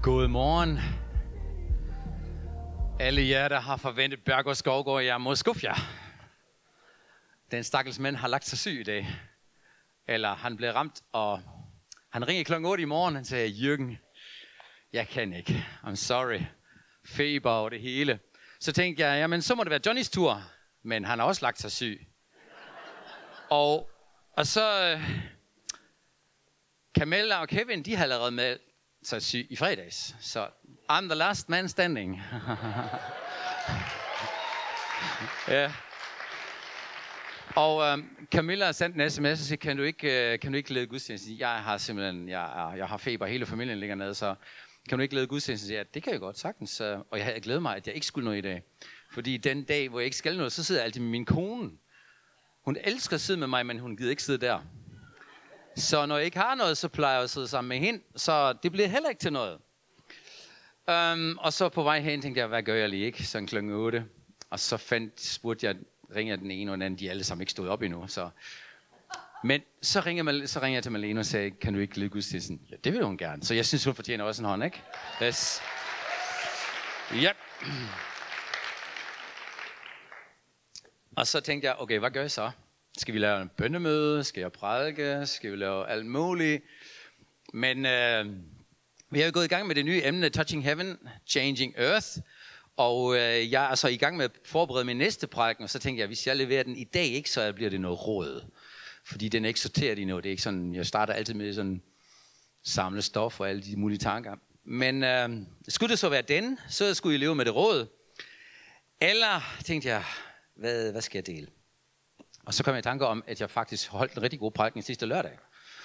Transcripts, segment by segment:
God morgen. Alle jer, der har forventet Berger Skovgaard, jeg må skuffe jer. Den stakkels mand har lagt sig syg i dag. Eller han blev ramt, og han ringede kl. 8 i morgen. Han sagde, Jürgen, jeg kan ikke. I'm sorry. Feber og det hele. Så tænkte jeg, jamen så må det være Johnnys tur. Men han har også lagt sig syg. Og så Camilla og Kevin, de har allerede meldt sig syg i fredags. Så I'm the last man standing. Ja. Og Camilla har sendt en sms og siger, kan du ikke lede gudstjenesten? Jeg har feber, hele familien ligger nede, så kan du ikke lede gudstjenesten? Ja, det kan jeg godt sagtens. Og jeg havde glædet mig, at jeg ikke skulle noget i dag. Fordi den dag, hvor jeg ikke skal noget, så sidder jeg altid med min kone. Hun elsker at sidde med mig, men hun gider ikke sidde der. Så når jeg ikke har noget, så plejer jeg at sidde sammen med hende. Så det bliver heller ikke til noget. Og så på vej hen tænkte jeg, hvad gør jeg lige ikke? Sådan kl. 8. Og så ringede den ene og den anden. De alle sammen ikke stod op endnu. Men så ringer jeg til Malene og sagde, kan du ikke lede gudstjenesten? Ja, det vil hun gerne. Så jeg synes, hun fortjener også en hånd, ikke? Yes. Ja. Og så tænkte jeg, okay, hvad gør jeg så? Skal vi lave en bønnemøde? Skal jeg prædike? Skal vi lave alt muligt? Men vi har jo gået i gang med det nye emne, Touching Heaven, Changing Earth. Og jeg er så i gang med at forberede min næste prædiken, og så tænkte jeg, hvis jeg leverer den i dag, ikke, så bliver det noget råd. Fordi den er ikke sorteret endnu. Det er ikke sådan, jeg starter altid med sådan samle stof og alle de mulige tanker. Men skulle det så være den, så skulle jeg leve med det råd. Eller tænkte jeg, hvad skal jeg dele? Og så kom jeg i tanke om, at jeg faktisk holdt en rigtig god prædiken sidste lørdag.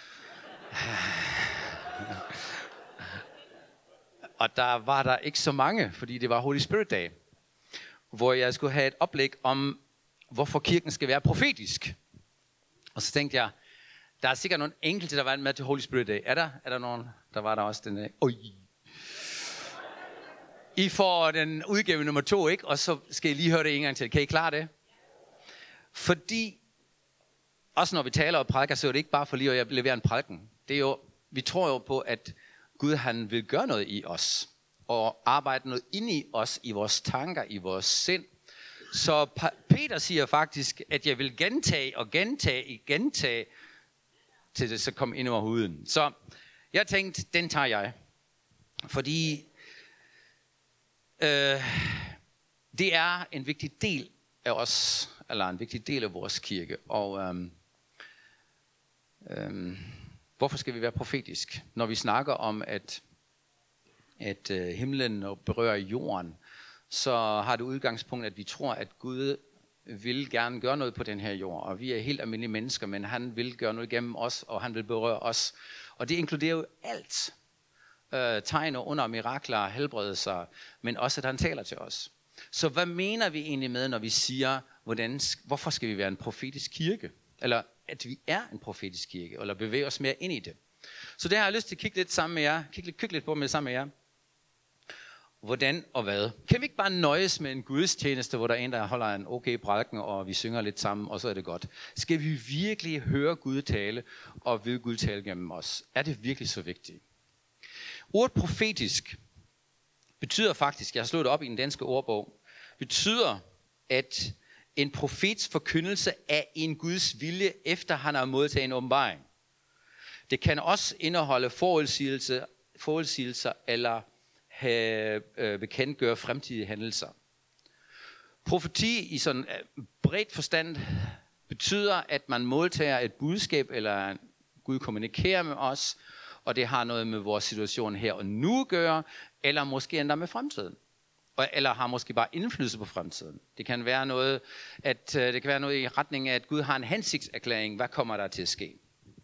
Og der var der ikke så mange, fordi det var Holy Spirit dag, hvor jeg skulle have et oplæg om, hvorfor kirken skal være profetisk. Og så tænkte jeg, der er sikkert nogle enkelte, der var med til Holy Spirit dag. Er der nogen? Der var der også den dag. I får den udgave nummer 2, ikke? Og så skal I lige høre det en gang til. Kan I klare det? Fordi, også når vi taler og prædiker, så er det ikke bare for lige at levere en prædiken. Det er jo, vi tror jo på, at Gud han vil gøre noget i os. Og arbejde noget ind i os, i vores tanker, i vores sind. Så Peter siger faktisk, at jeg vil gentage, til det så kommer ind over huden. Så jeg tænkte, den tager jeg. Fordi det er en vigtig del af os, eller en vigtig del af vores kirke. Og hvorfor skal vi være profetisk? Når vi snakker om, at himlen berører jorden, så har det udgangspunkt, at vi tror, at Gud vil gerne gøre noget på den her jord. Og vi er helt almindelige mennesker, men han vil gøre noget gennem os, og han vil berøre os. Og det inkluderer jo alt. Tegn og under, mirakler, helbredelser, men også, at han taler til os. Så hvad mener vi egentlig med, når vi siger, hvorfor skal vi være en profetisk kirke? Eller at vi er en profetisk kirke, eller bevæge os mere ind i det. Så det har jeg lyst til at kigge lidt sammen med jer, kigge lidt på med sammen med jer. Hvordan og hvad? Kan vi ikke bare nøjes med en gudstjeneste, hvor der er en, der holder en okay prædiken, og vi synger lidt sammen, og så er det godt? Skal vi virkelig høre Gud tale, og vil Gud tale gennem os? Er det virkelig så vigtigt? Ordet profetisk betyder faktisk, jeg har slået det op i den danske ordbog, betyder, at en profets forkyndelse af en Guds vilje, efter han har modtaget en åbenbaring. Det kan også indeholde forudsigelser eller bekendtgøre fremtidige hændelser. Profeti i sådan bredt forstand betyder, at man modtager et budskab, eller Gud kommunikerer med os, og det har noget med vores situation her og nu at gøre, eller måske endda med fremtiden. Eller har måske bare indflydelse på fremtiden. Det kan være noget, i retning af, at Gud har en hensigtserklæring. Hvad kommer der til at ske?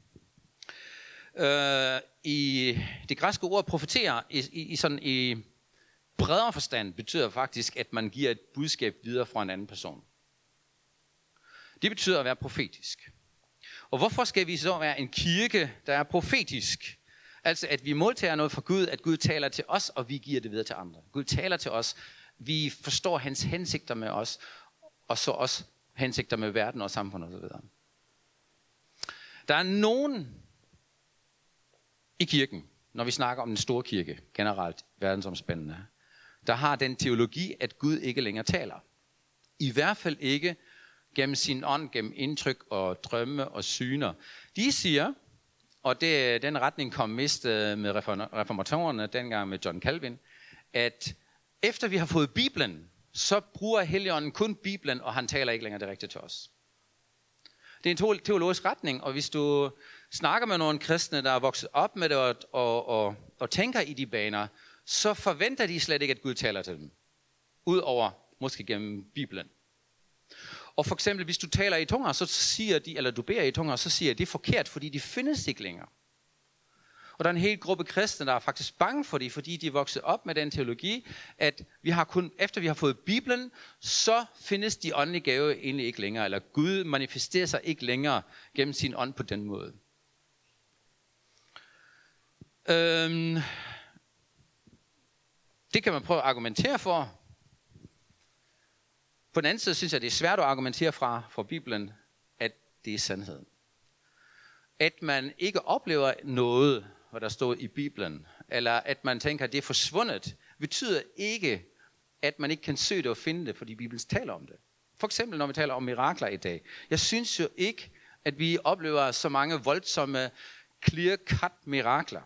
I det græske ord profetere i bredere forstand betyder faktisk, at man giver et budskab videre fra en anden person. Det betyder at være profetisk. Og hvorfor skal vi så være en kirke, der er profetisk? Altså at vi modtager noget fra Gud, at Gud taler til os, og vi giver det videre til andre. Gud taler til os, vi forstår hans hensigter med os, og så også hensigter med verden og samfundet osv. Der er nogen i kirken, når vi snakker om den store kirke, generelt verdensomspændende, der har den teologi, at Gud ikke længere taler. I hvert fald ikke gennem sin ånd, gennem indtryk og drømme og syner. De siger, og den retning kom mest med reformatorerne, dengang med John Calvin, at efter vi har fået Bibelen, så bruger Helligånden kun Bibelen, og han taler ikke længere direkte til os. Det er en teologisk retning, og hvis du snakker med nogle kristne, der er vokset op med det og tænker i de baner, så forventer de slet ikke, at Gud taler til dem. Udover måske gennem Bibelen. Og for eksempel, hvis du taler i tunger, så siger de, eller du beder i tunger, så siger de, det er forkert, fordi de findes ikke længere. Og der er en hel gruppe kristne, der er faktisk bange for det, fordi de er vokset op med den teologi, at efter vi har fået Bibelen, så findes de åndelige gaver egentlig ikke længere, eller Gud manifesterer sig ikke længere gennem sin ånd på den måde. Det kan man prøve at argumentere for. På den anden side synes jeg, det er svært at argumentere for Bibelen, at det er sandheden. At man ikke oplever noget, hvad der står i Bibelen, eller at man tænker, at det er forsvundet, betyder ikke, at man ikke kan søge det og finde det, fordi Bibelen taler om det. For eksempel, når vi taler om mirakler i dag. Jeg synes jo ikke, at vi oplever så mange voldsomme, clear-cut mirakler.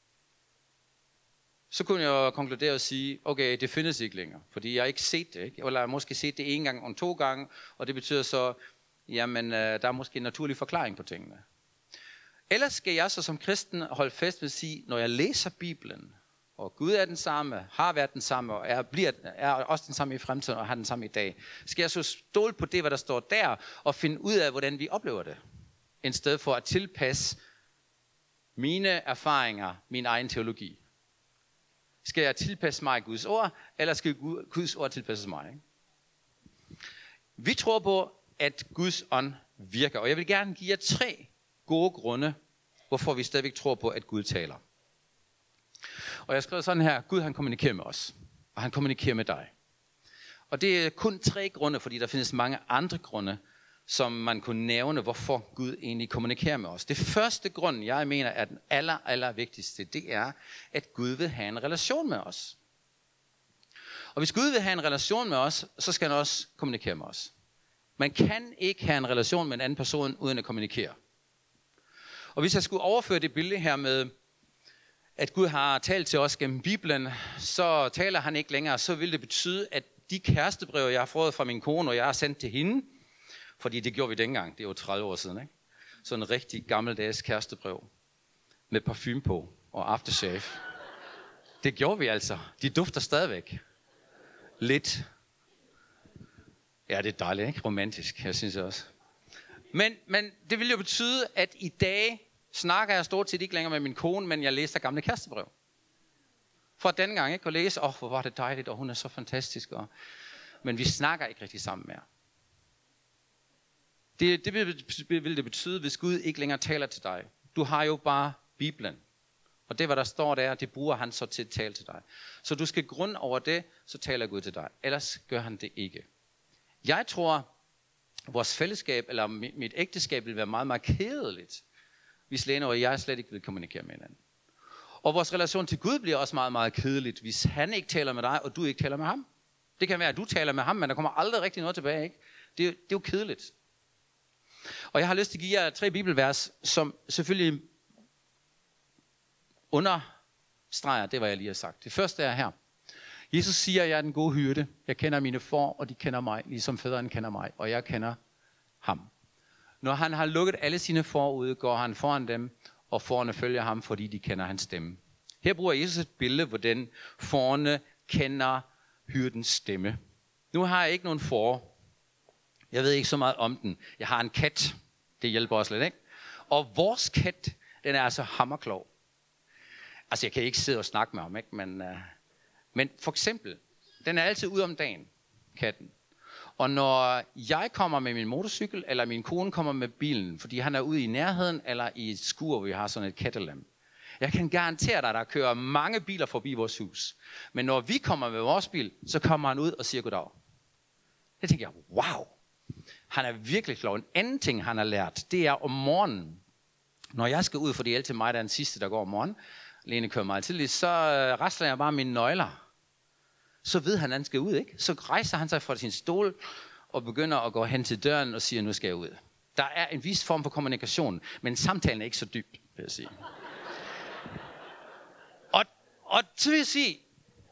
Så kunne jeg jo konkludere og sige, okay, det findes ikke længere, fordi jeg har ikke set det, ikke? Eller jeg har måske set det 1 gang og 2 gange, og det betyder så, jamen, der er måske en naturlig forklaring på tingene. Ellers skal jeg så som kristen holde fast ved at sige, når jeg læser Bibelen, og Gud er den samme, har været den samme, og er også den samme i fremtiden, og har den samme i dag, skal jeg så stole på det, hvad der står der, og finde ud af, hvordan vi oplever det, i stedet for at tilpasse mine erfaringer, min egen teologi. Skal jeg tilpasse mig Guds ord, eller skal Guds ord tilpasses mig? Ikke? Vi tror på, at Guds ånd virker, og jeg vil gerne give jer 3 gode grunde, hvorfor vi stadigvæk tror på, at Gud taler. Og jeg har skrevet sådan her, Gud han kommunikerer med os, og han kommunikerer med dig. Og det er kun 3 grunde, fordi der findes mange andre grunde, som man kunne nævne, hvorfor Gud egentlig kommunikerer med os. Det første grund, jeg mener, er den aller vigtigste, det er, at Gud vil have en relation med os. Og hvis Gud vil have en relation med os, så skal han også kommunikere med os. Man kan ikke have en relation med en anden person, uden at kommunikere. Og hvis jeg skulle overføre det billede her med, at Gud har talt til os gennem Bibelen, så taler han ikke længere, så vil det betyde, at de kærestebreve, jeg har fået fra min kone, og jeg har sendt til hende, fordi det gjorde vi dengang, det er jo 30 år siden, ikke? Sådan en rigtig gammeldags kærestebrev, med parfume på og aftershave. Det gjorde vi altså. De dufter stadigvæk. Lidt. Ja, det er dejligt, ikke? Romantisk, jeg synes også. Men det vil jo betyde, at i dag snakker jeg stort set ikke længere med min kone, men jeg læser gamle kærestebrev. For den gang, ikke? Og læse, hvor var det dejligt, og hun er så fantastisk. Men vi snakker ikke rigtig sammen mere. Det vil det betyde, hvis Gud ikke længere taler til dig. Du har jo bare Bibelen. Og det, hvad der står der, det bruger han så til at tale til dig. Så du skal grunde over det, så taler Gud til dig. Ellers gør han det ikke. Jeg tror, vores fællesskab, eller mit ægteskab, vil være meget kedeligt, hvis Lene og jeg slet ikke vil kommunikere med hinanden. Og vores relation til Gud bliver også meget kedeligt, hvis han ikke taler med dig, og du ikke taler med ham. Det kan være, at du taler med ham, men der kommer aldrig rigtig noget tilbage, ikke? Det er jo kedeligt. Og jeg har lyst til at give jer 3 bibelvers, som selvfølgelig understreger det, hvad jeg lige har sagt. Det første er her. Jesus siger, at jeg er den gode hyrde. Jeg kender mine får, og de kender mig, ligesom fædrene kender mig, og jeg kender ham. Når han har lukket alle sine får ud, går han foran dem, og fårene følger ham, fordi de kender hans stemme. Her bruger Jesus et billede, hvordan fårene kender hyrdens stemme. Nu har jeg ikke nogen får. Jeg ved ikke så meget om den. Jeg har en kat. Det hjælper også lidt, ikke? Og vores kat, den er altså hammerklog. Altså, jeg kan ikke sidde og snakke med ham, ikke? Men for eksempel, den er altid ude om dagen, katten. Og når jeg kommer med min motorcykel, eller min kone kommer med bilen, fordi han er ude i nærheden, eller i et skur, hvor vi har sådan et kattelem. Jeg kan garantere dig, at der kører mange biler forbi vores hus. Men når vi kommer med vores bil, så kommer han ud og siger goddag. Jeg tænker, wow, han er virkelig klog. En anden ting, han har lært, det er om morgenen. Når jeg skal ud, for det er altid mig, der er den sidste, der går om morgenen, Lene kører meget tidligt, så rasler jeg bare mine nøgler. Så ved han skal ud, ikke? Så rejser han sig fra sin stol og begynder at gå hen til døren og siger, nu skal jeg ud. Der er en vis form for kommunikation, men samtalen er ikke så dyb, vil jeg sige. Og så vil jeg sige,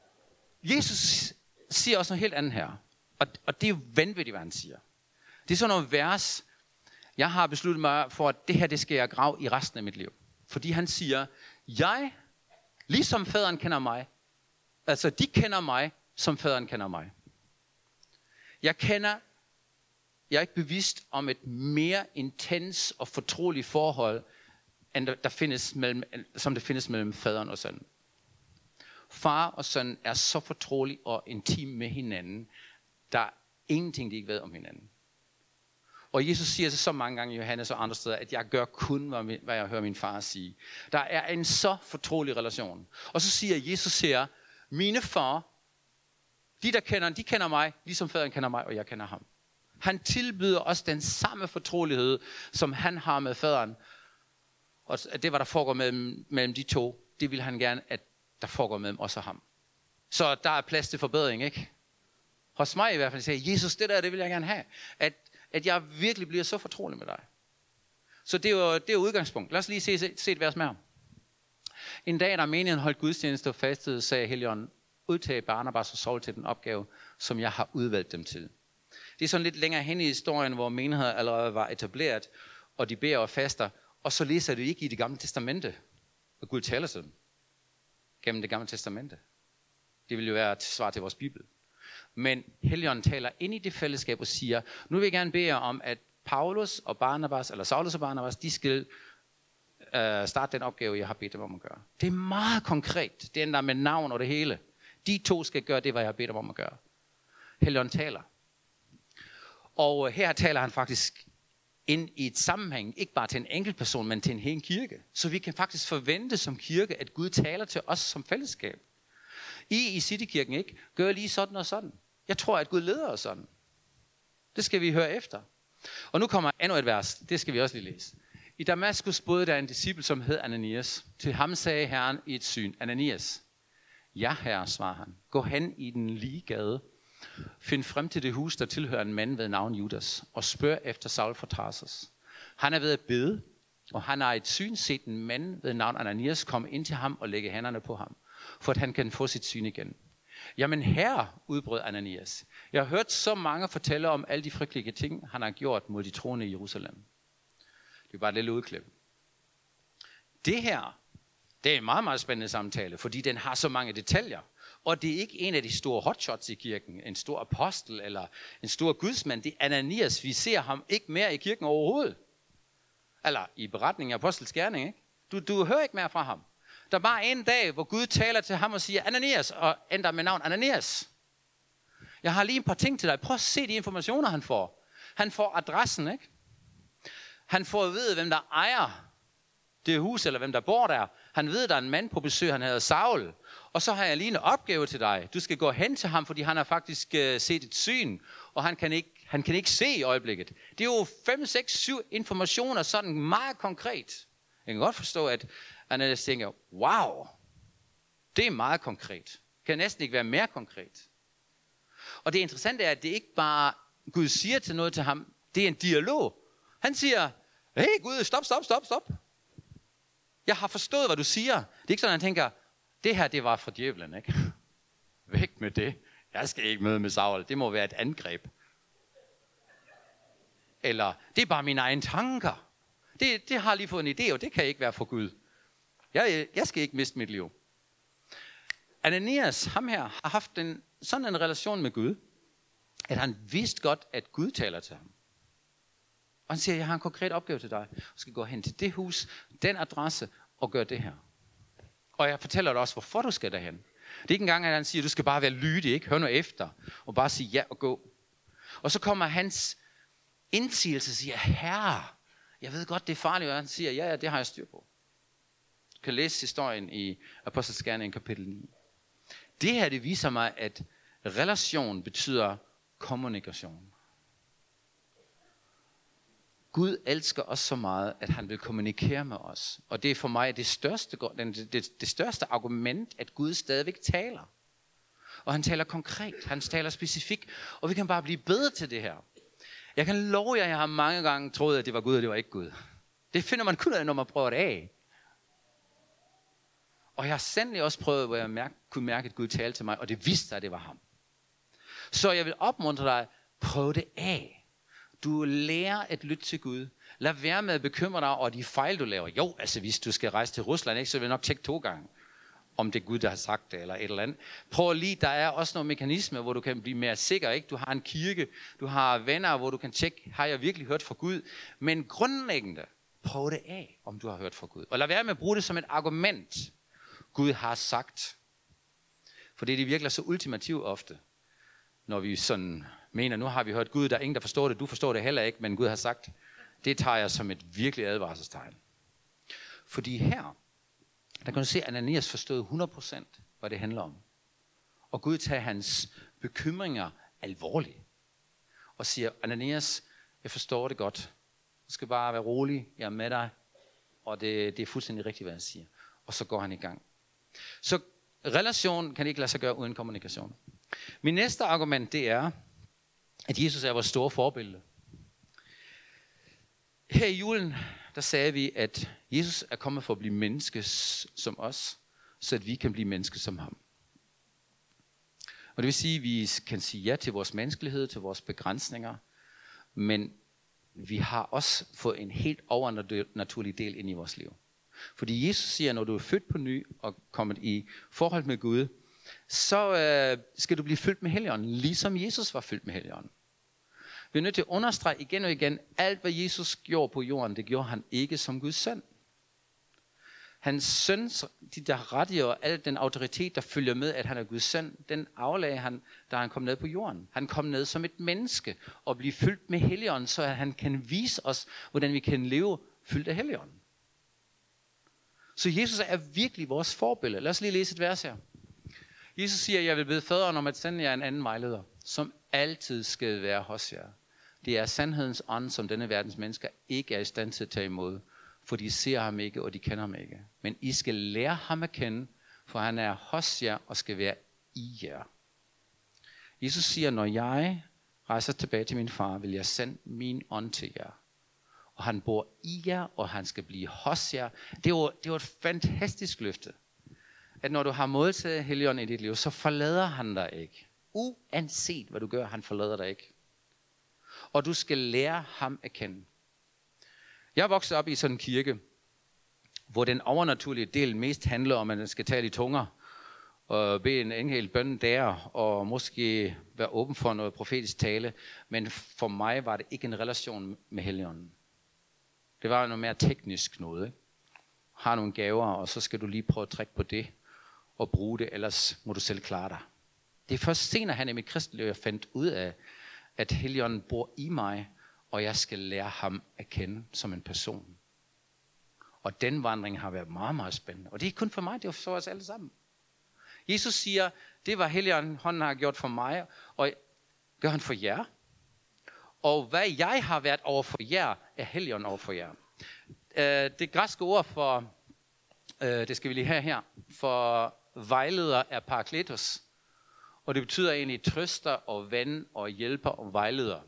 Jesus siger også noget helt andet her. Og det er jo vanvittigt, hvad han siger. Det er sådan nogle vers, jeg har besluttet mig for, at det her, det skal jeg grave i resten af mit liv. Fordi han siger, jeg, ligesom faderen kender mig, altså de kender mig, som faderen kender mig. Jeg er ikke bevidst om et mere intens og fortroligt forhold, end som det findes mellem faderen og sønnen. Far og søn er så fortrolige og intime med hinanden, der er ingenting, de ikke ved om hinanden. Og Jesus siger så mange gange i Johannes og andre steder, at jeg gør kun, hvad jeg hører min far sige. Der er en så fortrolig relation. Og så siger Jesus her, mine far, de der kender, de kender mig, ligesom faderen kender mig, og jeg kender ham. Han tilbyder os den samme fortrolighed, som han har med faderen. Og det, hvad der foregår mellem de to, det vil han gerne, at der foregår mellem os og ham. Så der er plads til forbedring, ikke? Hos mig i hvert fald siger Jesus, det vil jeg gerne have. At jeg virkelig bliver så fortrolig med dig. Så det er jo udgangspunkt. Lad os lige se et vers mere. En dag, der menigheden holdt gudstjeneste og fastede, sagde Helligånden, udtag Barnabas og Saul til den opgave, som jeg har udvalgt dem til. Det er sådan lidt længere hen i historien, hvor menigheden allerede var etableret, og de beder og faster, og så læser de ikke i det gamle testamente, og Gud taler til dem gennem det gamle testamente. Det vil jo være et svar til vores Bibel. Men Helligånden taler ind i det fællesskab og siger, nu vil jeg gerne bede jer om, at Paulus og Barnabas, eller Saulus og Barnabas, de skal starte den opgave, jeg har bedt dem om at gøre. Det er meget konkret. Det ender med navn og det hele. De to skal gøre det, hvad jeg har bedt dem om at gøre. Helligånden taler. Og her taler han faktisk ind i et sammenhæng, ikke bare til en enkelt person, men til en hel kirke. Så vi kan faktisk forvente som kirke, at Gud taler til os som fællesskab. I Citykirken, ikke? Gør lige sådan og sådan. Jeg tror, at Gud leder os sådan. Det skal vi høre efter. Og nu kommer endnu et vers. Det skal vi også lige læse. I Damaskus boede der en disciple, som hed Ananias. Til ham sagde Herren i et syn, Ananias. Ja, herre, svarer han. Gå hen i den lige gade. Find frem til det hus, der tilhører en mand ved navn Judas. Og spørg efter Saul fra Tarsus. Han er ved at bede, og han har i et syn set en mand ved navn Ananias komme ind til ham og lægge hænderne på ham, for at han kan få sit syn igen. Jamen herre, udbrød Ananias. Jeg har hørt så mange fortælle om alle de frygtelige ting, han har gjort mod de troende i Jerusalem. Det er bare et lille udklip. Det her, det er en meget, meget spændende samtale, fordi den har så mange detaljer. Og det er ikke en af de store hotshots i kirken, en stor apostel eller en stor gudsmand. Det er Ananias. Vi ser ham ikke mere i kirken overhovedet. Eller i beretningen af apostels gerning, ikke? Du hører ikke mere fra ham. Der er bare en dag, hvor Gud taler til ham og siger, Ananias, og ændrer med navn Ananias. Jeg har lige et par ting til dig. Prøv at se de informationer, han får. Han får adressen, ikke? Han får at vide, hvem der ejer det hus, eller hvem der bor der. Han ved, der er en mand på besøg, han hedder Saul. Og så har jeg lige en opgave til dig. Du skal gå hen til ham, fordi han har faktisk set et syn, og han kan ikke se i øjeblikket. Det er jo 5, 6, 7 informationer, sådan meget konkret. Jeg kan godt forstå, at Ananias tænker, wow, det er meget konkret. Det kan næsten ikke være mere konkret. Og det interessante er, at det ikke bare Gud siger til noget til ham, det er en dialog. Han siger, hey Gud, stop. Jeg har forstået, hvad du siger. Det er ikke sådan, at han tænker, det her, det var fra djævlen, ikke? Væk med det. Jeg skal ikke møde med Saul. Det må være et angreb. Eller, det er bare mine egne tanker. Det har lige fået en idé, og det kan ikke være for Gud. Jeg skal ikke miste mit liv. Ananias, ham her, har haft sådan en relation med Gud, at han vidste godt, at Gud taler til ham. Og han siger, jeg har en konkret opgave til dig. Du skal gå hen til det hus, den adresse, og gøre det her. Og jeg fortæller dig også, hvorfor du skal derhen. Det er ikke engang, at han siger, du skal bare være lydig, ikke? Hør nu efter, og bare sige ja og gå. Og så kommer hans indsigelse og siger, herre, jeg ved godt, det er farligt, og han siger, ja, det har jeg styr på. Du kan læse historien i Apostels Gerning kapitel 9. Det her, det viser mig, at relation betyder kommunikation. Gud elsker os så meget, at han vil kommunikere med os. Og det er for mig det største argument, at Gud stadigvæk taler. Og han taler konkret, han taler specifikt, og vi kan bare blive bedre til det her. Jeg kan love jer, at jeg har mange gange troet, at det var Gud, og det var ikke Gud. Det finder man kun af, når man prøver det af. Og jeg har sandelig også prøvet, hvor jeg kunne mærke, at Gud talte til mig, og det vidste, at det var ham. Så jeg vil opmuntre dig, prøv det af. Du lærer at lytte til Gud. Lad være med at bekymre dig over de fejl, du laver. Jo, altså hvis du skal rejse til Rusland, ikke, så vil jeg nok tjekke 2 gange, om det er Gud, der har sagt det, eller et eller andet. Prøv lige, der er også nogle mekanismer, hvor du kan blive mere sikker. Ikke? Du har en kirke, du har venner, hvor du kan tjekke, har jeg virkelig hørt fra Gud? Men grundlæggende, prøv det af, om du har hørt fra Gud. Og lad være med at bruge det som et argument. Gud har sagt. For det virker så ultimativt ofte, når vi sådan mener, nu har vi hørt Gud, der er ingen, der forstår det, du forstår det heller ikke, men Gud har sagt. Det tager jeg som et virkelig advarselstegn. Fordi her, der kan du se, at Ananias forstod 100%, hvad det handler om. Og Gud tager hans bekymringer alvorligt. Og siger, Ananias, jeg forstår det godt. Du skal bare være rolig, jeg er med dig. Og det er fuldstændig rigtigt, hvad han siger. Og så går han i gang. Så relation kan ikke lade sig gøre uden kommunikation. Min næste argument, det er, at Jesus er vores store forbillede. Her i julen, der sagde vi, at Jesus er kommet for at blive menneske som os, så at vi kan blive mennesker som ham. Og det vil sige, at vi kan sige ja til vores menneskelighed, til vores begrænsninger, men vi har også fået en helt overnaturlig del ind i vores liv. Fordi Jesus siger, at når du er født på ny og kommet i forhold med Gud, så skal du blive fyldt med Helligånden, ligesom Jesus var fyldt med Helligånden. Vi er nødt til at understrege igen og igen, alt hvad Jesus gjorde på jorden, det gjorde han ikke som Guds søn. Hans søns, de der rettigheder og al den autoritet, der følger med, at han er Guds søn, den aflagde han, da han kom ned på jorden. Han kom ned som et menneske og blev fyldt med Helligånden, så han kan vise os, hvordan vi kan leve fyldt af Helligånden. Så Jesus er virkelig vores forbillede. Lad os lige læse et vers her. Jesus siger, jeg vil bede faderen om at sende jer en anden vejleder, som altid skal være hos jer. Det er sandhedens ånd, som denne verdens mennesker ikke er i stand til at tage imod, for de ser ham ikke, og de kender ham ikke. Men I skal lære ham at kende, for han er hos jer og skal være i jer. Jesus siger, når jeg rejser tilbage til min far, vil jeg sende min ånd til jer. Og han bor i jer, og han skal blive hos jer. Det var et fantastisk løfte. At når du har modtaget Helligånden i dit liv, så forlader han dig ikke. Uanset hvad du gør, han forlader dig ikke. Og du skal lære ham at kende. Jeg er vokset op i sådan en kirke, hvor den overnaturlige del mest handler om, at man skal tale i tunger, og bede en enkelt bøn der, og måske være åben for noget profetisk tale. Men for mig var det ikke en relation med Helligånden. Det var noget mere teknisk noget. Ikke? Har nogle gaver, og så skal du lige prøve at trække på det, og bruge det, ellers må du selv klare dig. Det er først senere hen i mit kristenliv, jeg fandt ud af, at Helligånden bor i mig, og jeg skal lære ham at kende som en person. Og den vandring har været meget, meget spændende. Og det er ikke kun for mig, det er for os alle sammen. Jesus siger, det var Helligånden har gjort for mig, og gør han for jer. Og hvad jeg har været over for jer, er Helligånden over for jer. Det græske ord for, det skal vi lige have her, for vejleder er parakletos. Og det betyder egentlig trøster og ven og hjælper og vejleder.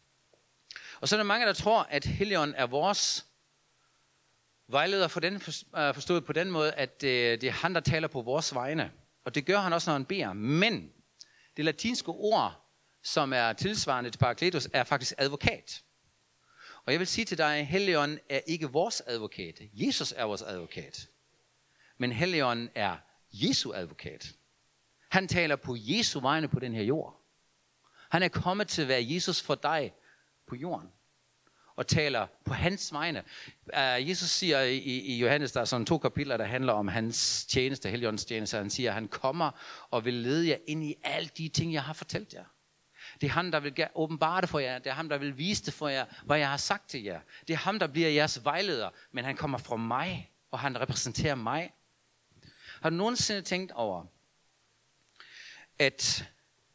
Og så er der mange, der tror, at Helligånden er vores vejleder forstået på den måde, at det er han, der taler på vores vegne. Og det gør han også, når han beder. Men det latinske ord, som er tilsvarende til parakletos, er faktisk advokat. Og jeg vil sige til dig, at Helligånden er ikke vores advokat. Jesus er vores advokat. Men Helligånden er Jesu advokat. Han taler på Jesu vegne på den her jord. Han er kommet til at være Jesus for dig på jorden. Og taler på hans vegne. Jesus siger i Johannes, der er sådan 2 kapitler, der handler om hans tjeneste, Helligåndens tjeneste. Han siger, at han kommer og vil lede jer ind i alle de ting, jeg har fortalt jer. Det er ham, der vil åbenbare det for jer. Det er ham, der vil vise det for jer, hvad jeg har sagt til jer. Det er ham, der bliver jeres vejleder. Men han kommer fra mig, og han repræsenterer mig. Har du nogensinde tænkt over, at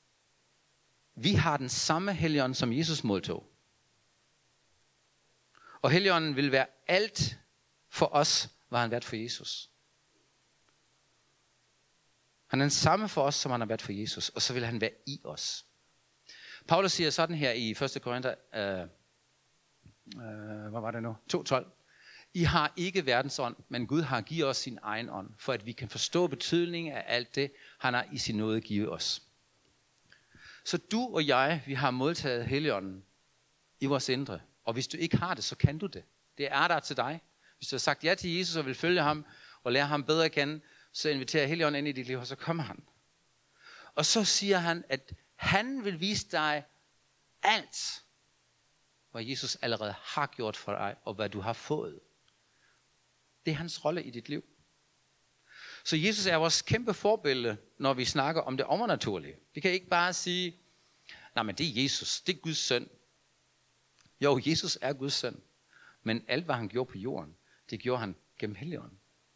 vi har den samme Helligånd, som Jesus modtog? Og Helligånden vil være alt for os, hvad han har været for Jesus. Han er den samme for os, som han har været for Jesus, og så vil han være i os. Paulus siger sådan her i 1. Korinther, hvad var det nu? 2:12. I har ikke verdens ånd, men Gud har givet os sin egen ånd, for at vi kan forstå betydningen af alt det, han har i sin nåde givet os. Så du og jeg, vi har modtaget Helligånden i vores indre. Og hvis du ikke har det, så kan du det. Det er der til dig. Hvis du har sagt ja til Jesus og vil følge ham og lære ham bedre at kende, så inviterer Helligånden ind i dit liv, og så kommer han. Og så siger han, at han vil vise dig alt, hvad Jesus allerede har gjort for dig, og hvad du har fået. Det er hans rolle i dit liv. Så Jesus er vores kæmpe forbillede, når vi snakker om det overnaturlige. Vi kan ikke bare sige, nej, men det er Jesus, det er Guds søn. Jo, Jesus er Guds søn, men alt, hvad han gjorde på jorden, det gjorde han gennem Helligånden.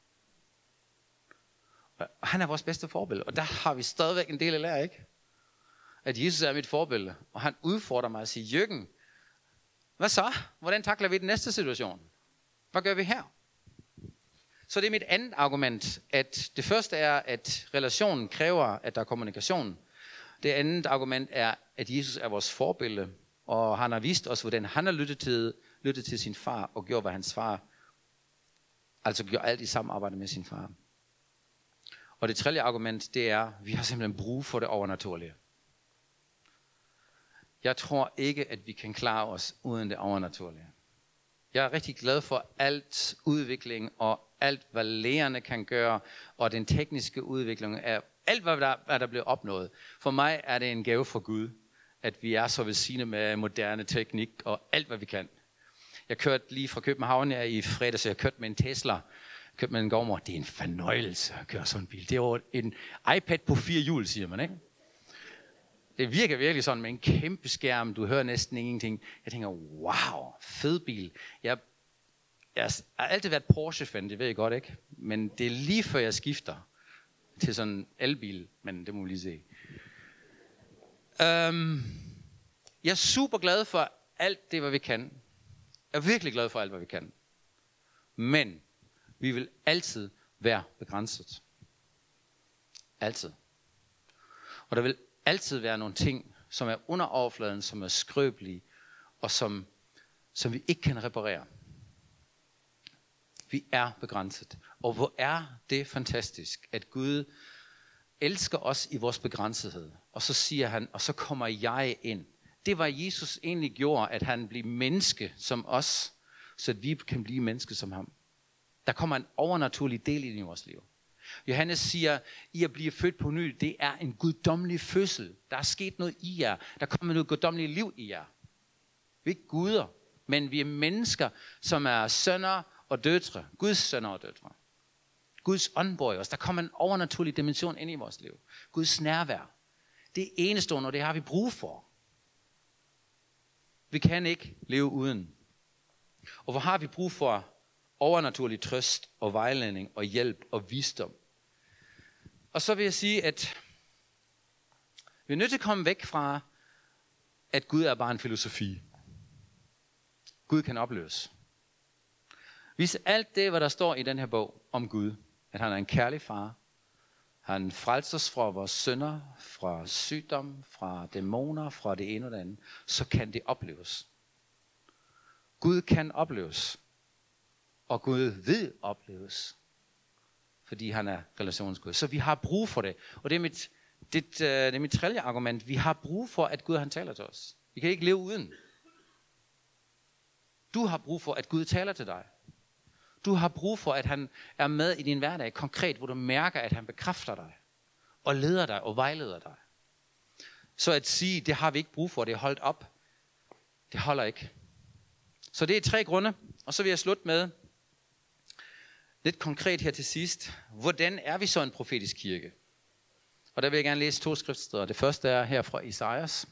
Og han er vores bedste forbillede, og der har vi stadigvæk en del at lære, ikke? At Jesus er mit forbillede, og han udfordrer mig at sige, Jürgen, hvad så? Hvordan takler vi den næste situation? Hvad gør vi her? Så det er mit andet argument, at det første er, at relationen kræver, at der er kommunikation. Det andet argument er, at Jesus er vores forbillede, og han har vist os, hvordan han har lyttet til sin far, og gjort, hvad hans far, altså gjorde alt i samarbejde med sin far. Og det tredje argument, det er, at vi har simpelthen brug for det overnaturlige. Jeg tror ikke, at vi kan klare os uden det overnaturlige. Jeg er rigtig glad for alt udvikling og alt, hvad lægerne kan gøre, og den tekniske udvikling af alt, hvad der bliver opnået. For mig er det en gave fra Gud, at vi er så velsignet med moderne teknik og alt, hvad vi kan. Jeg kørte lige fra København i fredag, så jeg kørte med en Tesla. Købte med en gårdmor. Det er en fornøjelse at køre sådan en bil. Det er jo en iPad på 4 hjul, siger man, ikke? Det virker virkelig sådan med en kæmpe skærm. Du hører næsten ingenting. Jeg tænker, wow, fed bil. Jeg har altid været Porsche-fan, det ved jeg godt, ikke? Men det er lige før jeg skifter til sådan en elbil. Men det må vi lige se. Jeg er super glad for alt det, hvad vi kan. Jeg er virkelig glad for alt, hvad vi kan. Men vi vil altid være begrænset. Altid. Og der vil altid være nogle ting, som er under overfladen, som er skrøbelige, og som vi ikke kan reparere. Vi er begrænset. Og hvor er det fantastisk, at Gud elsker os i vores begrænsethed. Og så siger han, og så kommer jeg ind. Det var Jesus egentlig gjorde, at han blev menneske som os, så at vi kan blive menneske som ham. Der kommer en overnaturlig del ind i vores liv. Johannes siger, I at blive født på ny, det er en guddommelig fødsel. Der er sket noget i jer. Der kommer noget guddommeligt liv i jer. Vi er ikke guder, men vi er mennesker, som er sønner og døtre. Guds sønner og døtre. Guds ånd bor i os. Der kommer en overnaturlig dimension ind i vores liv. Guds nærvær. Det er enestående, og det har vi brug for. Vi kan ikke leve uden. Og hvor har vi brug for overnaturlig trøst og vejledning og hjælp og visdom? Og så vil jeg sige, at vi er nødt til at komme væk fra, at Gud er bare en filosofi. Gud kan opleves. Vis alt det, hvad der står i den her bog om Gud. At han er en kærlig far. Han frelser os fra vores synder, fra sygdom, fra dæmoner, fra det ene og det andet. Så kan det opleves. Gud kan opleves. Og Gud vil opleves. Fordi han er relationsgud. Så vi har brug for det. Og det er mit tredje argument. Vi har brug for, at Gud han taler til os. Vi kan ikke leve uden. Du har brug for, at Gud taler til dig. Du har brug for, at han er med i din hverdag konkret, hvor du mærker, at han bekræfter dig. Og leder dig og vejleder dig. Så at sige, det har vi ikke brug for, det er holdt op. Det holder ikke. Så det er 3 grunde. Og så vil jeg slutte med lidt konkret her til sidst. Hvordan er vi så en profetisk kirke? Og der vil jeg gerne læse 2 skriftsteder. Det første er her fra Esajas.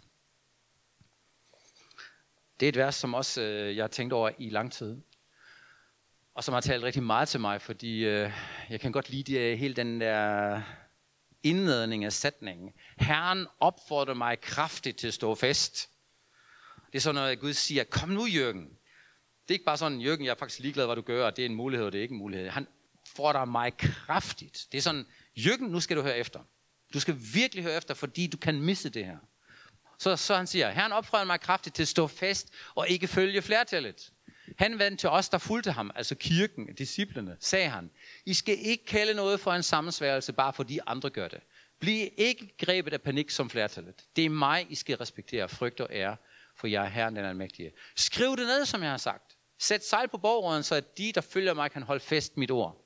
Det er et vers, som også jeg har tænkt over i lang tid. Og som har talt rigtig meget til mig, fordi jeg kan godt lide hele den der indledning af sætningen. Herren opfordrer mig kraftigt til at stå fast. Det er sådan noget, at Gud siger, kom nu Jürgen. Det er ikke bare sådan, Jørgen, jeg er faktisk ligeglad, hvad du gør, og det er en mulighed, og det er ikke en mulighed. Han fordrer mig kraftigt. Det er sådan, Jørgen, nu skal du høre efter. Du skal virkelig høre efter, fordi du kan misse det her. Så han siger, Herren opfordrer mig kraftigt til at stå fast og ikke følge flertallet. Han vendte til os, der fulgte ham, altså kirken, disciplene, sagde han, I skal ikke kalde noget for en sammensværgelse, bare fordi andre gør det. Bliv ikke grebet af panik som flertallet. Det er mig, I skal respektere, frygt og ære, for jeg er Herren, den almægtige. Skriv det ned, som jeg har sagt. Sæt sejl på borgeren, så at de, der følger mig, kan holde fast mit ord.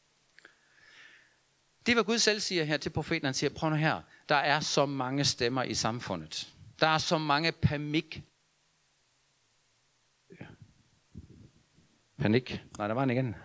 Det er, hvad Gud selv siger her til profeten. Han siger, prøv nu her, der er så mange stemmer i samfundet. Der er så mange panik. Nej, der var den igen.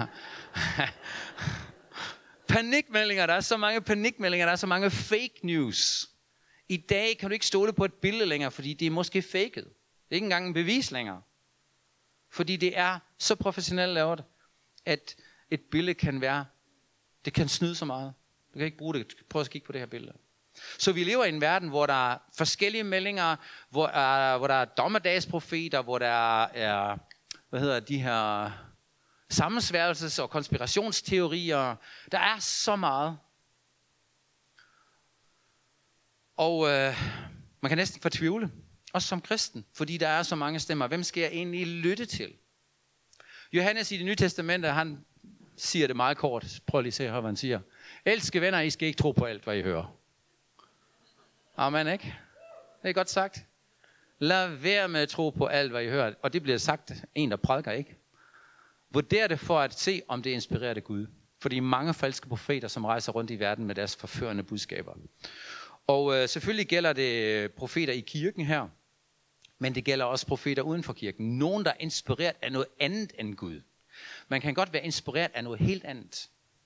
Panikmeldinger, der er så mange panikmeldinger, der er så mange fake news. I dag kan du ikke stole på et billede længere, fordi det er måske faked. Det er ikke engang en bevis længere. Fordi det er så professionelt lavet, at et billede kan være, det kan snyde så meget. Du kan ikke bruge det. Prøv at kigge på det her billede. Så vi lever i en verden, hvor der er forskellige meldinger, hvor der er dommedagsprofeter, hvor der er, de her sammensværgelses- og konspirationsteorier. Der er så meget. Og man kan næsten fortvivle, også som kristen, fordi der er så mange stemmer. Hvem skal jeg egentlig lytte til? Johannes i Det Nye Testamente, han siger det meget kort. Prøv lige at se her, hvad han siger. Elske venner, I skal ikke tro på alt, hvad I hører. Amen, ikke? Det er godt sagt. Lad være med at tro på alt, hvad I hører. Og det bliver sagt en, der prædiker, ikke? Vurder det for at se, om det inspirerer det Gud. Fordi mange falske profeter, som rejser rundt i verden med deres forførende budskaber. Og selvfølgelig gælder det profeter i kirken her. Men det gælder også profeter uden for kirken. Nogen, der er inspireret af noget andet end Gud. Man kan godt være inspireret af noget helt andet.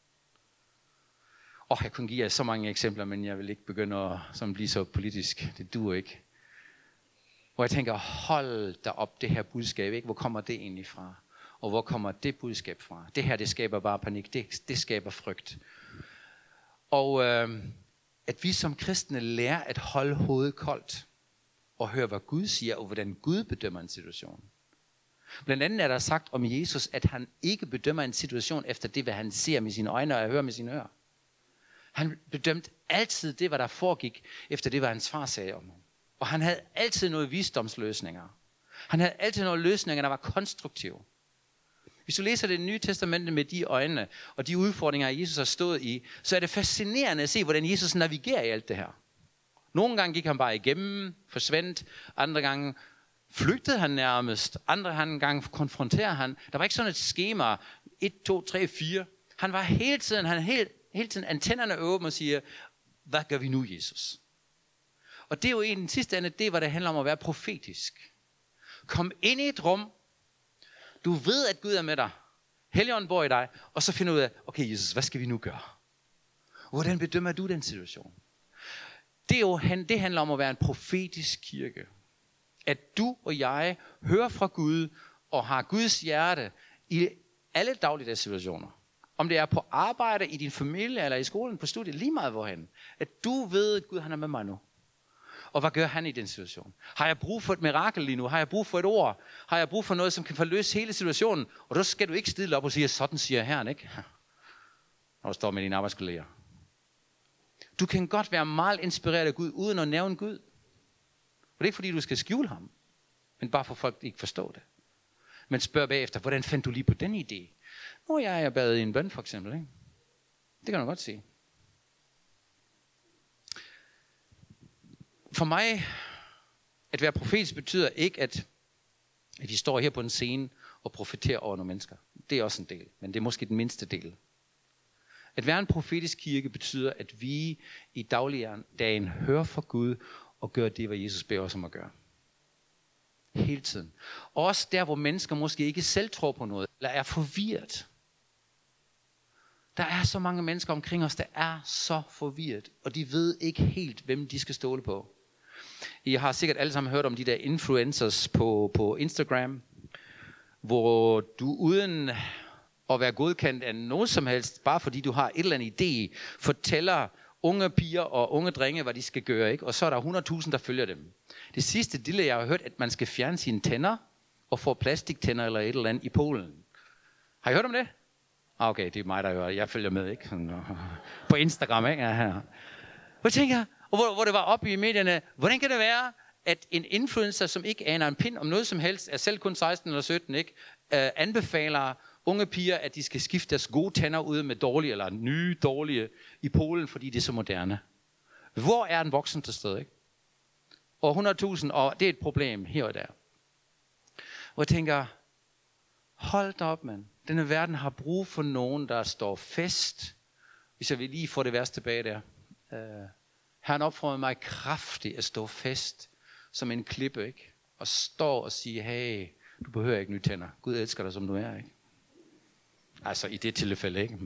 Jeg kunne give jer så mange eksempler, men jeg vil ikke begynde at blive så politisk. Det duer ikke. Hvor jeg tænker, hold da op, det her budskab, ikke? Hvor kommer det egentlig fra? Og hvor kommer det budskab fra? Det her, det skaber bare panik. Det skaber frygt. Og at vi som kristne lærer at holde hovedet koldt. Og høre, hvad Gud siger, og hvordan Gud bedømmer en situation. Blandt andet er der sagt om Jesus, at han ikke bedømmer en situation efter det, hvad han ser med sine øjne, og hører med sine ører. Han bedømte altid det, hvad der foregik, efter det, hvad hans far sagde om ham. Og han havde altid nogle visdomsløsninger. Han havde altid nogle løsninger, der var konstruktive. Hvis du læser Det Nye Testamente med de øjne, og de udfordringer, Jesus har stået i, så er det fascinerende at se, hvordan Jesus navigerer i alt det her. Nogle gange gik han bare igennem, forsvandt, andre gange flygtede han nærmest, andre gange konfronterer han. Der var ikke sådan et skema, 1, 2, 3, 4. Han var hele tiden antennerne åbne og siger, hvad gør vi nu, Jesus? Og det er jo i den sidste ende, det er, hvad det handler om at være profetisk. Kom ind i et rum, du ved, at Gud er med dig, Helligånden bor i dig, og så finder du ud af, okay Jesus, hvad skal vi nu gøre? Hvordan bedømmer du den situation? Det handler om at være en profetisk kirke. At du og jeg hører fra Gud, og har Guds hjerte i alle dagligdags situationer. Om det er på arbejde, i din familie, eller i skolen, på studiet, lige meget hvorhen. At du ved, at Gud han er med mig nu. Og hvad gør han i den situation? Har jeg brug for et mirakel lige nu? Har jeg brug for et ord? Har jeg brug for noget, som kan forløse hele situationen? Og så skal du ikke stille op og sige, sådan siger Herren, ikke? Når du står med dine arbejdskolleger. Du kan godt være meget inspireret af Gud, uden at nævne Gud. Og det er ikke fordi, du skal skjule ham. Men bare for folk ikke forstår det. Men spørg bagefter, hvordan fandt du lige på den idé? Jeg bad i en bøn for eksempel. Ikke? Det kan du godt se. For mig, at være profetisk betyder ikke, at vi står her på en scene og profeterer over nogle mennesker. Det er også en del, men det er måske den mindste del. At være en profetisk kirke betyder, at vi i dagligdagen hører fra Gud og gør det, hvad Jesus beder os om at gøre. Hele tiden. Også der, hvor mennesker måske ikke selv tror på noget, eller er forvirret. Der er så mange mennesker omkring os, der er så forvirret, og de ved ikke helt, hvem de skal stole på. I har sikkert alle sammen hørt om de der influencers på Instagram, hvor du uden at være godkendt af noget som helst, bare fordi du har et eller andet idé, fortæller unge piger og unge drenge, hvad de skal gøre, ikke? Og så er der 100.000, der følger dem. Det sidste dille, jeg har hørt, at man skal fjerne sine tænder, og får plastiktænder eller et eller andet i Polen. Har I hørt om det? Okay, det er mig, der hører. Jeg følger med, ikke? På Instagram, ikke? Ja. Hvor tænker jeg, hvor det var oppe i medierne, hvordan kan det være, at en influencer, som ikke aner en pind om noget som helst, er selv kun 16 eller 17, ikke? Anbefaler unge piger, at de skal skifte deres gode tænder ud med dårlige eller nye dårlige i Polen, fordi det er så moderne. Hvor er en voksen til stede, ikke? Og 100.000, og det er et problem her og der. Og jeg tænker, hold da op, mand. Denne verden har brug for nogen, der står fast. Hvis jeg vil lige få det værste tilbage der. Han opfordrer mig kraftigt at stå fast som en klippe, ikke? Og står og siger, hey, du behøver ikke nye tænder. Gud elsker dig, som du er, ikke? Altså i det tilfælde, ikke?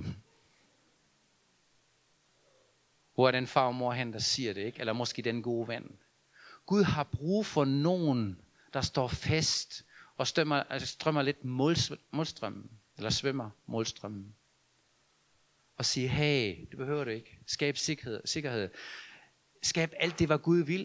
Hvor er den far og mor hen, der siger det, ikke? Eller måske den gode ven. Gud har brug for nogen, der står fast og strømmer lidt målstrømmen. Eller svømmer målstrømmen. Og sige, hey, det behøver du ikke. Skab sikkerhed. Skab alt det, hvad Gud vil.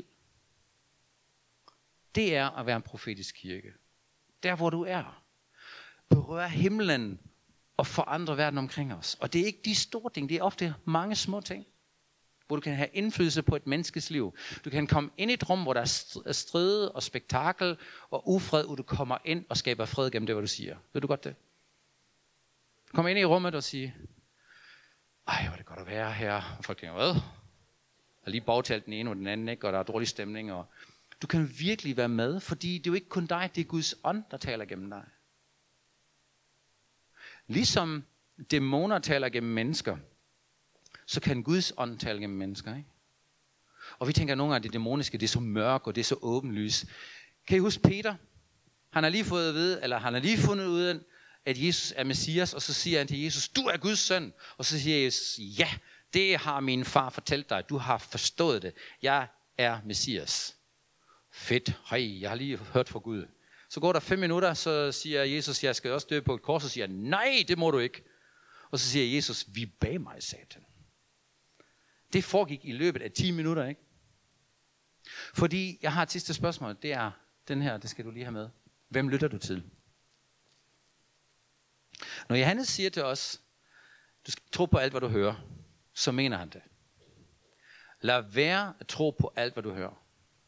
Det er at være en profetisk kirke. Der, hvor du er. Berør himlen og forandre verden omkring os. Og det er ikke de store ting, det er ofte mange små ting. Hvor du kan have indflydelse på et menneskes liv. Du kan komme ind i et rum, hvor der er strid og spektakel og ufred, hvor du kommer ind og skaber fred gennem det, hvad du siger. Ved du godt det? Du kommer ind i rummet og siger, ej, hvor er det godt at være her. Og folk tænker, hvad? Der er lige bagtalt den ene og den anden, ikke? Og der er dårlig stemning. Og du kan virkelig være med, fordi det er jo ikke kun dig, det er Guds ånd, der taler gennem dig. Ligesom dæmoner taler gennem mennesker, så kan Guds ånd tale gennem mennesker, ikke? Og vi tænker nogle gange, at det dæmoniske, det er så mørkt, og det er så åbenlyst. Kan I huske Peter? Han har lige fået at vide, eller han har lige fundet ud af, at Jesus er Messias, og så siger han til Jesus, du er Guds søn. Og så siger Jesus, ja, det har min far fortalt dig, du har forstået det. Jeg er Messias. Fedt, hej, jeg har lige hørt fra Gud. Så går der 5 minutter, så siger Jesus, jeg skal også dø på et kors, og siger, nej, det må du ikke. Og så siger Jesus, vi bag mig, satan. Det foregik i løbet af 10 minutter, ikke? Fordi jeg har et sidste spørgsmål, det er den her, det skal du lige have med. Hvem lytter du til? Når Johannes siger til os, du skal tro på alt, hvad du hører, så mener han det. Lad være at tro på alt, hvad du hører.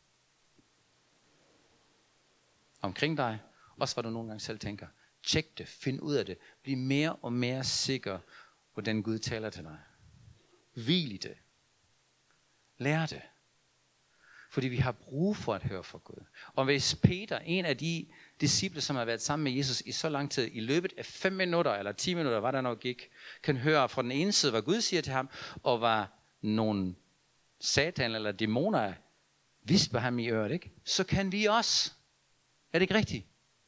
Omkring dig, også hvad du nogle gange selv tænker. Tjek det, find ud af det. Bliv mere og mere sikker, hvordan Gud taler til dig. Hvil i det. Lær det. Fordi vi har brug for at høre fra Gud. Og hvis Peter, en af de disciple, som har været sammen med Jesus i så lang tid, i løbet af 5 minutter eller 10 minutter, hvad der nok gik, kan høre fra den ene side, hvad Gud siger til ham, og hvad nogle satan eller dæmoner visper ham i øret, ikke? Så kan vi også. Er det ikke rigtigt?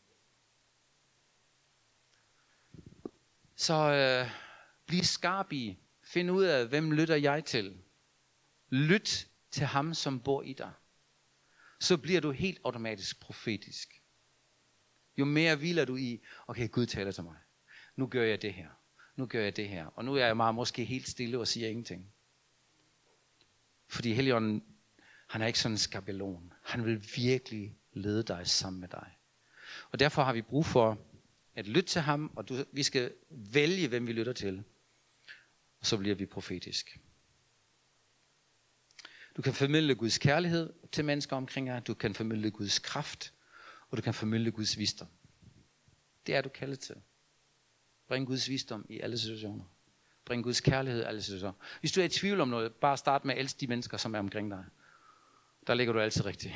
Så bliv skarp i. Find ud af, hvem lytter jeg til. Lyt til ham, som bor i dig. Så bliver du helt automatisk profetisk. Jo mere hviler du i, okay, Gud taler til mig. Nu gør jeg det her. Nu gør jeg det her. Og nu er jeg måske helt stille og siger ingenting. Fordi Helligånden, han er ikke sådan en skabelon. Han vil virkelig lede dig sammen med dig. Og derfor har vi brug for at lytte til ham, og vi skal vælge, hvem vi lytter til. Og så bliver vi profetisk. Du kan formidle Guds kærlighed til mennesker omkring dig. Du kan formidle Guds kraft, og du kan formidle Guds visdom. Det er du kaldet til. Bring Guds visdom i alle situationer. Bring Guds kærlighed i alle situationer. Hvis du er i tvivl om noget, bare start med at elske de mennesker, som er omkring dig. Der ligger du altid rigtigt.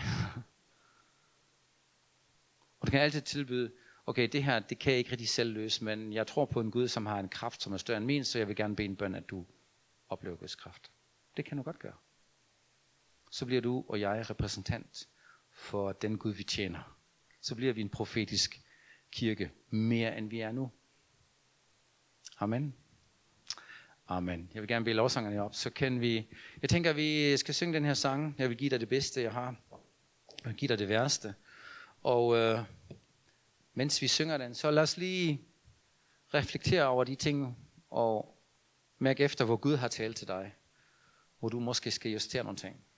Og du kan altid tilbyde, okay, det her, det kan jeg ikke rigtig selv løse, men jeg tror på en Gud, som har en kraft, som er større end min, så jeg vil gerne bede en bøn, at du oplever Guds kraft. Det kan du godt gøre. Så bliver du og jeg repræsentant for den Gud, vi tjener. Så bliver vi en profetisk kirke, mere end vi er nu. Amen. Amen. Jeg vil gerne bede lovsangerne op, så kan vi... Jeg tænker, at vi skal synge den her sang. Jeg vil give dig det bedste, jeg har. Jeg vil give dig det værste. Og mens vi synger den, så lad os lige reflektere over de ting, og mærke efter, hvor Gud har talt til dig. Hvor du måske skal justere nogle ting.